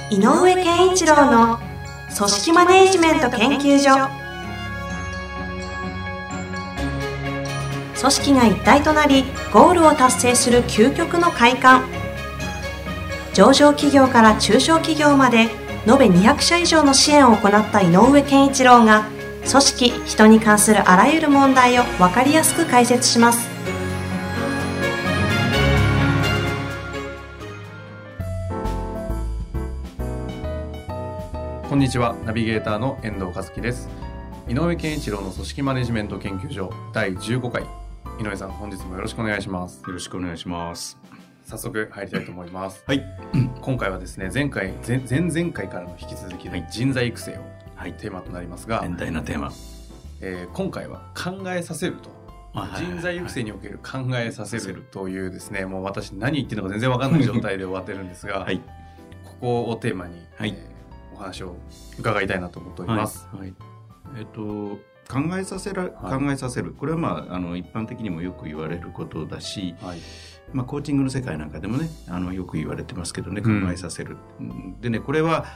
井上健一郎の組織マネジメント研究所。組織が一体となりゴールを達成する究極の快感。上場企業から中小企業まで延べ200社以上の支援を行った井上健一郎が、組織・人に関するあらゆる問題を分かりやすく解説します。 こんにちは、ナビゲーターの遠藤和樹です。井上健一郎の組織マネジメント研究所第15回。井上さん、本日もよろしくお願いします。 よろしくお願いします。 早速入りたいと思います。 はい。 今回はですね、前々回からの引き続きで人材育成を、テーマとなりますが、 変態なテーマ。 今回は考えさせると。人材育成における考えさせるというですね、もう私何言ってるのか全然分かんない状態で終わってるんですが、ここをテーマに、お話を伺いたいなと思っております。 考えさせる。これは一般的にもよく言われることだし、コーチングの世界なんかでもね、よく言われてますけどね、考えさせる。でね、これは、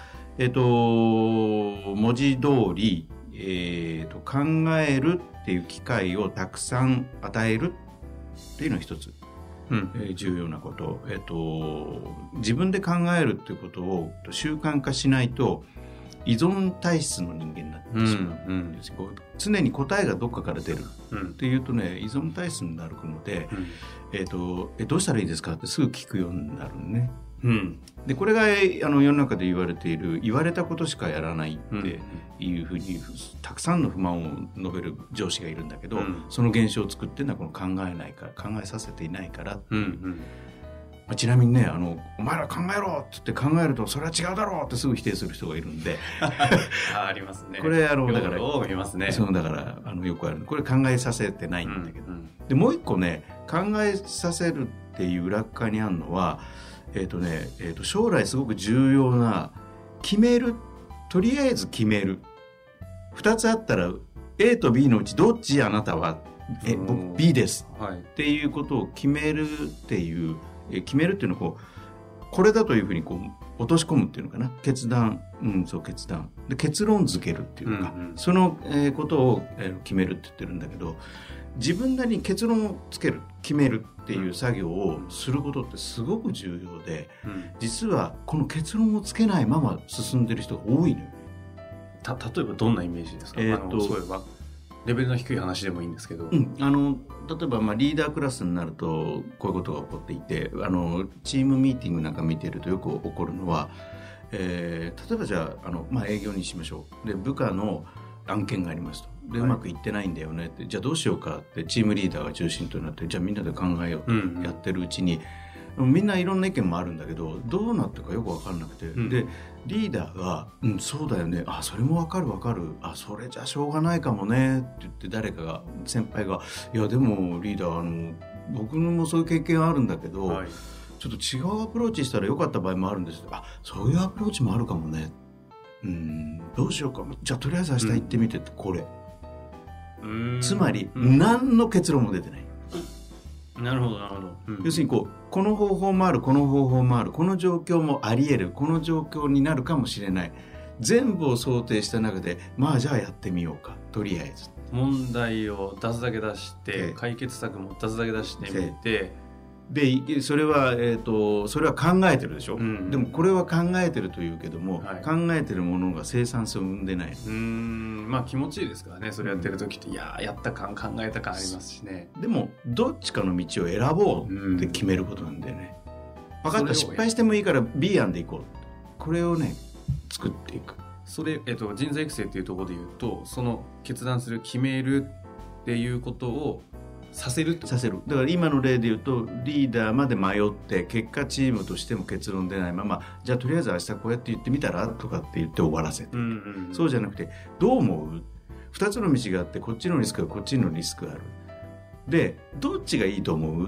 文字通り、考えるっていう機会をたくさん与えるっていうのが一つ、重要なこと。自分で考えるっていうことを習慣化しないと依存体質の人間になってしまうんです。常に答えがどっかから出るっていうとね、依存体質になるので、どうしたらいいですかってすぐ聞くようになるね。でこれが世の中で言われている、言われたことしかやらないっていうふうにたくさんの不満を述べる上司がいるんだけど、その現象を作ってるのはこの考えさせていないから、ちなみにね、お前ら考えろって言って考えるとそれは違うだろうってすぐ否定する人がいるんでありますね。 これだから見ますね。 そうだからよくある。これ考えさせてないんだけど、でもう一個ね、考えさせるっていう裏側にあるのは、将来すごく重要な決める、とりあえず決める。2つあったら A と B のうちどっちあなたは、僕 B です、っていうことを決めるっていう、決めるっていうのをこれだというふうに落とし込むっていうのかな。決断で結論付けるっていうのか、その、ことを、決めるって言ってるんだけど、自分なりに結論をつける、決めるっていう作業をすることってすごく重要で、実はこの結論をつけないまま進んでる人が多いのよ。 例えばどんなイメージですか？そういえばレベルの低い話でもいいんですけど、 例えばリーダークラスになるとこういうことが起こっていて、チームミーティングなんか見てるとよく起こるのは、例えばじゃあ営業にしましょう。で部下の案件がありますと。でうまくいってないんだよねって、じゃあどうしようかってチームリーダーが中心となって、じゃあみんなで考えようとやってるうちに、みんないろんな意見もあるんだけど、どうなってるかよく分からなくて、でリーダーが、そうだよね、それも分かる、それじゃしょうがないかもねって言って、誰かが、先輩が、いやでもリーダー僕もそういう経験あるんだけど、ちょっと違うアプローチしたらよかった場合もあるんです。そういうアプローチもあるかもね、どうしようか、じゃあとりあえず明日行ってみてって、これつまり、何の結論も出てない。 なるほど、 要するにこの方法もある、この方法もある、この状況もあり得る、この状況になるかもしれない、全部を想定した中で、じゃあやってみようか、とりあえず問題を出すだけ出して、解決策も出すだけ出してみて、 でそれは考えてるでしょ、でもこれは考えてるというけども、考えてるものが生産性を生んでない。 気持ちいいですからね、それやってる時って、やった感、考えた感ありますしね。 でもどっちかの道を選ぼうって決めることなんだよね。分かった、失敗してもいいから B 案でいこう、これをね作っていく。 それ、人材育成っていうところで言うと、その決断する、決めるっていうことをさせる。だから今の例で言うと、リーダーまで迷って結果チームとしても結論出ないまま、じゃあとりあえず明日こうやって言ってみたらとかって言って終わらせて、そうじゃなくて、どう思う？2つの道があって、こっちのリスクがこっちのリスクがある。でどっちがいいと思う？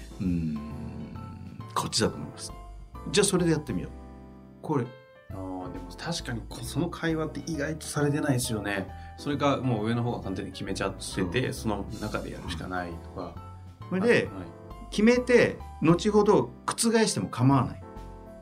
こっちだと思います。じゃあそれでやってみよう。これでも確かにその会話って意外とされてないですよね。それかもう上の方が完全に決めちゃってて、その中でやるしかないとか。 それで、決めて後ほど覆しても構わない。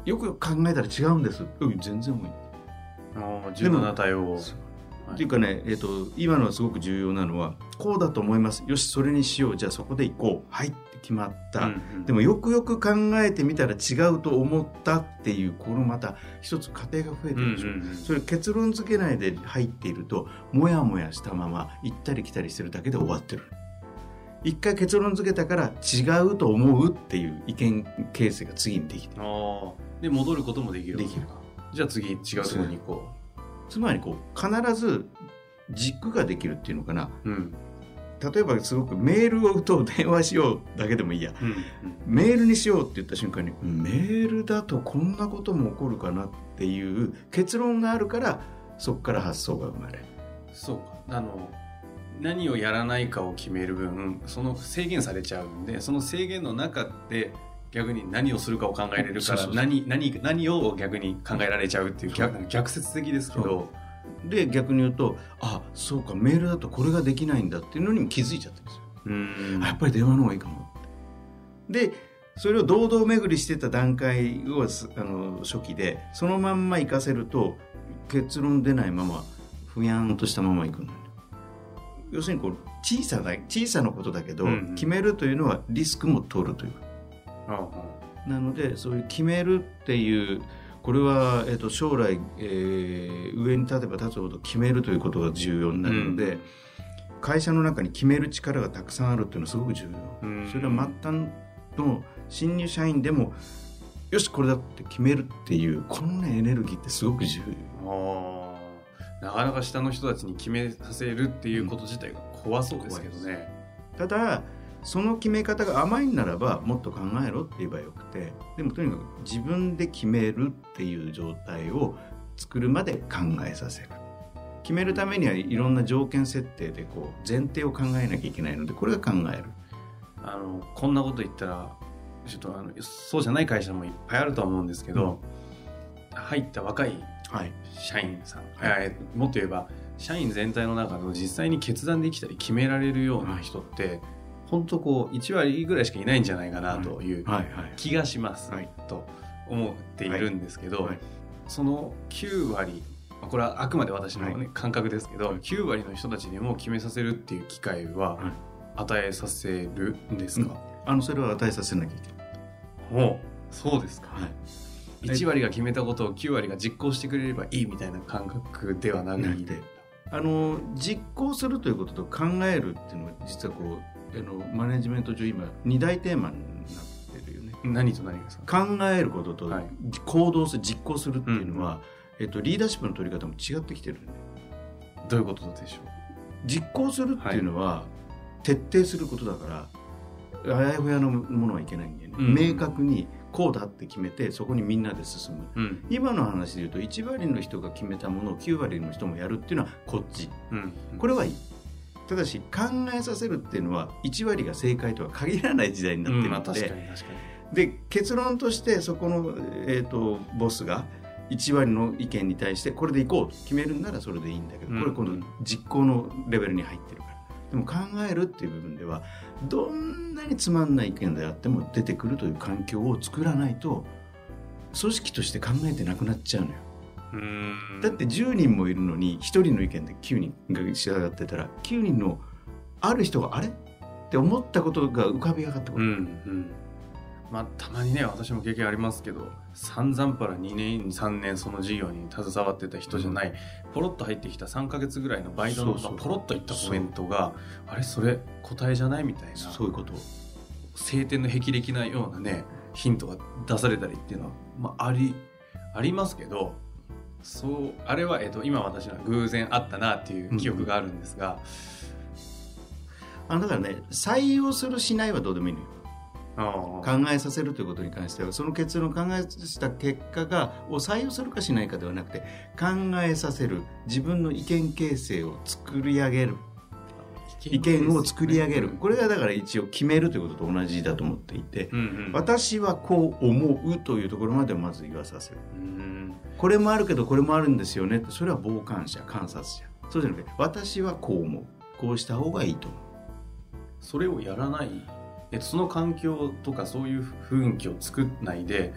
よく考えたら違うんです。全然もいい。 柔軟な対応を。 っていうかね、今のはすごく重要なのは、こうだと思います。よし、それにしよう。じゃあそこで行こう。はいって決まった。でもよくよく考えてみたら違うと思ったっていう、このまた一つ過程が増えてるでしょ。それ結論付けないで入っていると、もやもやしたまま行ったり来たりしてるだけで終わってる。一回結論付けたから違うと思うっていう意見形成が次にできてる。 で戻ることもできる。じゃあ次違うところに行こう。 つまり必ず軸ができるっていうのかな、例えばすごくメールを打とう、電話しようだけでもいいや、メールにしようって言った瞬間にメールだとこんなことも起こるかなっていう結論があるから、そこから発想が生まれる。 そうか、何をやらないかを決める分、その制限されちゃうんで、その制限の中で逆に何をするかを考えれるから、何を逆に考えられちゃうっていう逆説的ですけど、 で逆に言うと、そうか、メールだとこれができないんだっていうのにも気づいちゃったんですよ。やっぱり電話の方がいいかもって。でそれを堂々巡りしてた段階を初期でそのまんま活かせると、結論出ないままふやんとしたままいくんだよ。要するに小さなことだけど、決めるというのはリスクも取るという。なのでそういう決めるっていう、これは、将来、上に立てば立つほど決めるということが重要になるので、会社の中に決める力がたくさんあるっていうのはすごく重要。それは末端の新入社員でもよしこれだって決めるっていう、このねエネルギーってすごく重要。 なかなか下の人たちに決めさせるっていうこと自体が怖そうですけどね。 ただその決め方が甘いならばもっと考えろって言えばよくて、でもとにかく自分で決めるっていう状態を作るまで考えさせる。決めるためにはいろんな条件設定で前提を考えなきゃいけないので、これが考える。 こんなこと言ったらちょっとそうじゃない会社もいっぱいあるとは思うんですけど、入った若い社員さん、もっと言えば社員全体の中の実際に決断できたり決められるような人って、本当1割ぐらいしかいないんじゃないかなという気がします、と思っているんですけど、その9割、これはあくまで私の、感覚ですけど、9割の人たちにも決めさせるっていう機会は与えさせるんですか？ それは与えさせなきゃいけない。 そうですか。1割が決めたことを9割が実行してくれればいいみたいな感覚ではなくて、 実行するということと考えるっていうのは実はマネジメント上今2大テーマになってるよね。 何と何ですか？ 考えることと行動する、実行するっていうのは、リーダーシップの取り方も違ってきてる。 どういうことでしょう？ 実行するっていうのは、徹底することだからあやふやのものはいけないんだよね、明確にこうだって決めてそこにみんなで進む、今の話で言うと1割の人が決めたものを9割の人もやるっていうのはこっち、これはいい。ただし考えさせるっていうのは1割が正解とは限らない時代になっているので、で結論としてそこの、ボスが1割の意見に対してこれでいこうと決めるならそれでいいんだけど、これ今度実行のレベルに入ってるから。でも考えるっていう部分ではどんなにつまんない意見であっても出てくるという環境を作らないと組織として考えてなくなっちゃうのよ。だって10人もいるのに1人の意見で9人が仕上がってたら、9人のある人があれって思ったことが浮かび上がったこと、 たまにね、私も経験ありますけど、散々パラ2年3年その事業に携わってた人じゃない、ポロッと入ってきた3ヶ月ぐらいのバイトのポロッといったコメントが、あれそれ答えじゃないみたいな、 そういうこと晴天の霹靂なようなねヒントが出されたりっていうのは、ありますけど、あれは、今私の偶然あったなっていう記憶があるんですが、 だからね、採用するしないはどうでもいいのよ。考えさせるということに関しては、その結論を考えした結果を採用するかしないかではなくて、考えさせる、自分の意見形成を作り上げる、意見を作り上げる、これがだから一応決めるということと同じだと思っていて、私はこう思うというところまでをまず言わさせる、これもあるけどこれもあるんですよねって、それは傍観者、観察者。そうじゃなくて、私はこう思う、こうした方がいいと思う。 それをやらない、その環境とかそういう雰囲気を作らないで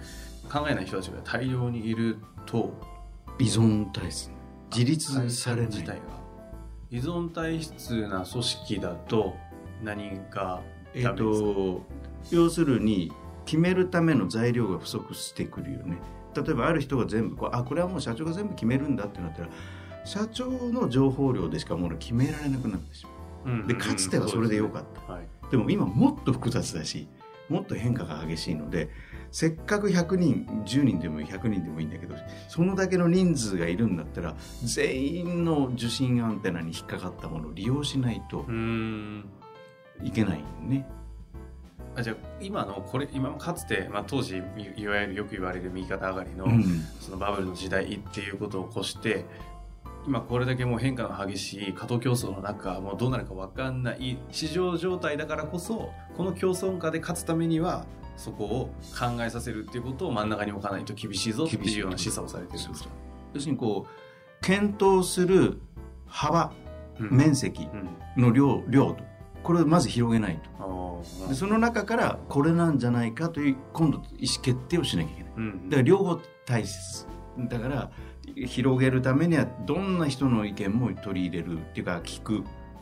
考えない人たちが大量にいると依存体質、自立されない自体が依存体質な組織だと何がダメですか？ 要するに決めるための材料が不足してくるよね。例えばある人が全部これはもう社長が全部決めるんだってなったら、社長の情報量でしかもの決められなくなってしまう、でかつてはそれでよかった、はい、でも今もっと複雑だし、もっと変化が激しいので、せっかく100人10人でも100人でもいいんだけど、そのだけの人数がいるんだったら全員の受信アンテナに引っかかったものを利用しないといけないね。 じゃあ今かつて、当時いわゆるよく言われる右肩上がりの、そのバブルの時代っていうことを越して、今これだけもう変化の激しい過当競争の中、もうどうなるか分かんない市場状態だからこそ、この競争下で勝つためにはそこを考えさせるっていうことを真ん中に置かないと厳しいぞっていうような示唆をされてるんですか？ 要するに検討する幅、面積の量と、これをまず広げないと、でその中からこれなんじゃないかという今度意思決定をしなきゃいけない、だから両方大切だから、広げるためにはどんな人の意見も取り入れるっていうか聞く、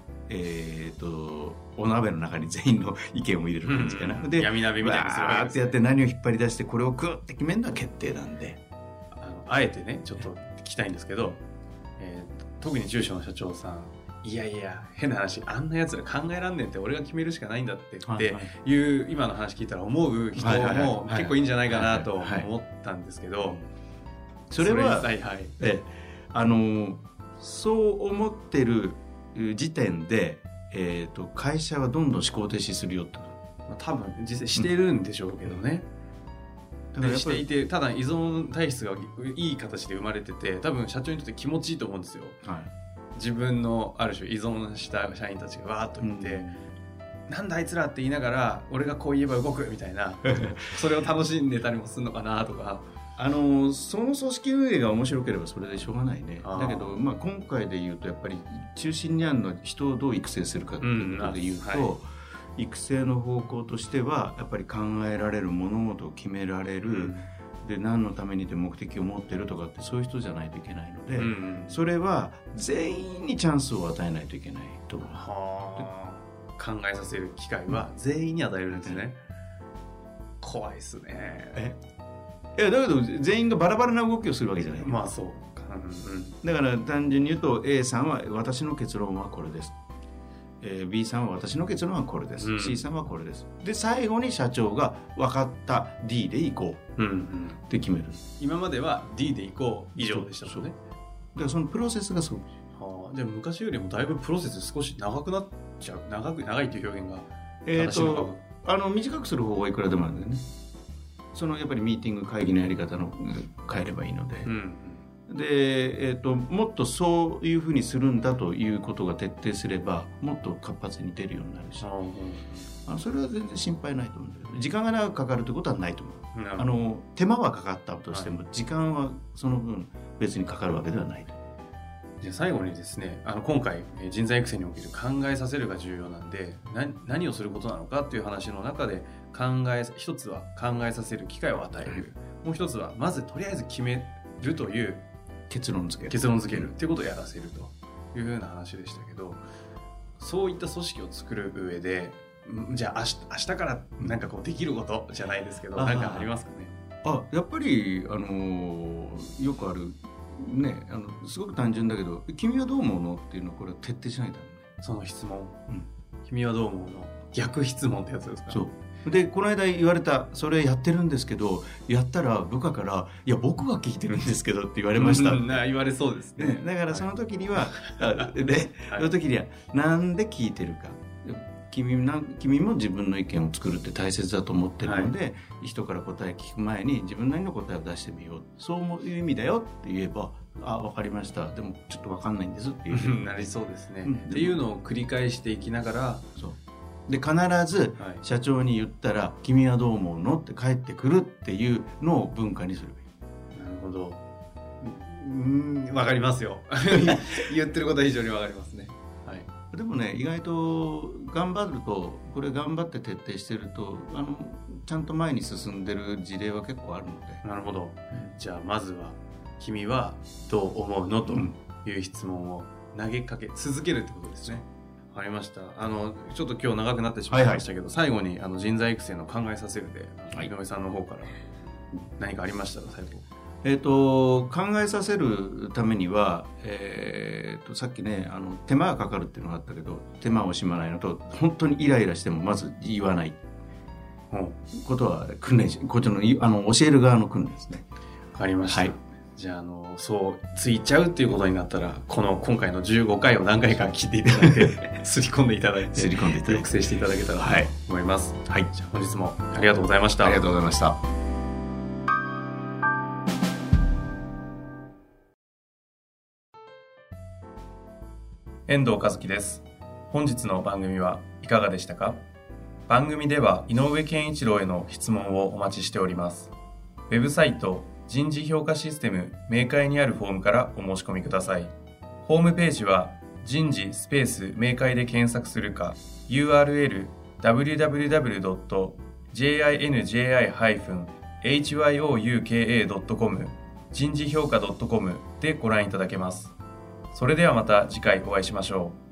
お鍋の中に全員の意見を入れる感じかな、で闇鍋みたいにするわけですね。 ってやって何を引っ張り出してこれをグーって決めるのは決定なんで、 あえてねちょっと聞きたいんですけど、特に中小の社長さん、いやいや変な話、あんなやつら考えらんねんって、俺が決めるしかないんだっていう今の話聞いたら思う人も結構いいんじゃないかなと思ったんですけど、 それはそう思ってる時点で、会社はどんどん思考停止するよと、 多分実際してるんでしょうけどね、だからしていて、ただ依存体質がいい形で生まれてて、多分社長にとって気持ちいいと思うんですよ、自分のある種依存した社員たちがわーっといて、なんだあいつらって言いながら俺がこう言えば動くみたいなそれを楽しんでたりもするのかなとかその組織運営が面白ければそれでしょうがないね。だけど、今回で言うとやっぱり中心にあるのは人をどう育成するかということで言うと、育成の方向としてはやっぱり考えられる、物事を決められる、で何のためにって目的を持ってるとかって、そういう人じゃないといけないので、それは全員にチャンスを与えないといけないと思う。 考えさせる機会は全員に与えるんですね、怖いですね。 いやだけど全員がバラバラな動きをするわけじゃない。 そうか、 だから単純に言うと A さんは私の結論はこれです、B さんは私の結論はこれです、C さんはこれです、で最後に社長が分かった D で行こうって決める、 今までは D で行こう以上でしたもんね。 だからそのプロセスがすごく、 じゃあ昔よりもだいぶプロセス少し長くなっちゃう、長いという表現が短くする方がいくらでもあるんだよね。やっぱりミーティング会議のやり方の変えればいいので、で、もっとそういうふうにするんだということが徹底すれば、もっと活発に出るようになるし、それは全然心配ないと思うんだけど、時間が長くかかるということはないと思う。手間はかかったとしても、時間はその分別にかかるわけではないと。 じゃあ最後にですね、今回人材育成における考えさせるが重要なんで、何をすることなのかっていう話の中で、一つは考えさせる機会を与える、もう一つはまずとりあえず決めるという結論付けるっていうことをやらせるというふうな話でしたけど、そういった組織を作る上で、じゃあ明日からなんかできることじゃないですけど、何かありますかね？ やっぱりよくあるね、すごく単純だけど、君はどう思うのっていうのをこれ徹底しないとね。 その質問、君はどう思うの逆質問ってやつですか？ そうで、この間言われた、それやってるんですけど、やったら部下からいや僕が聞いてるんですけどって言われました言われそうですね。 だからその時には、その時にはなんで聞いてるか、君も自分の意見を作るって大切だと思ってるので、人から答え聞く前に自分なりの答えを出してみよう、そういう意味だよって言えば、分かりました、でもちょっと分かんないんですっていうなりそうですね、っていうのを繰り返していきながら、 で必ず社長に言ったら、君はどう思うのって返ってくるっていうのを文化にすればいい。 なるほど、分かりますよ言ってることは非常に分かりますね。 でもね、意外と頑張ると、これ頑張って徹底してると、 ちゃんと前に進んでる事例は結構あるので。 なるほど。じゃあまずは君はどう思うのという質問を投げかけ続けるってことですね。わかりました。ちょっと今日長くなってしまいましたけど、最後に人材育成の考えさせるで、井上さんの方から何かありましたら最後。 考えさせるためには、さっきね手間がかかるっていうのがあったけど、手間を惜しまないのと、本当にイライラしてもまず言わないことは訓練し、こっちの教える側の訓練ですね。 わかりました。はい、じゃあそうついちゃうっていうことになったら、今回の15回を何回か聞いていただいてすり込んでいただいて抑制していただけたらと思います。はい、じゃあ本日もありがとうございました。 ありがとうございました。 遠藤和樹です。本日の番組はいかがでしたか？番組では井上健一郎への質問をお待ちしております。ウェブサイト人事評価システム明快にあるフォームからお申し込みください。ホームページは人事スペース明快で検索するか、 URL www.jinji-hyouka.com 人事評価 .com でご覧いただけます。それではまた次回お会いしましょう。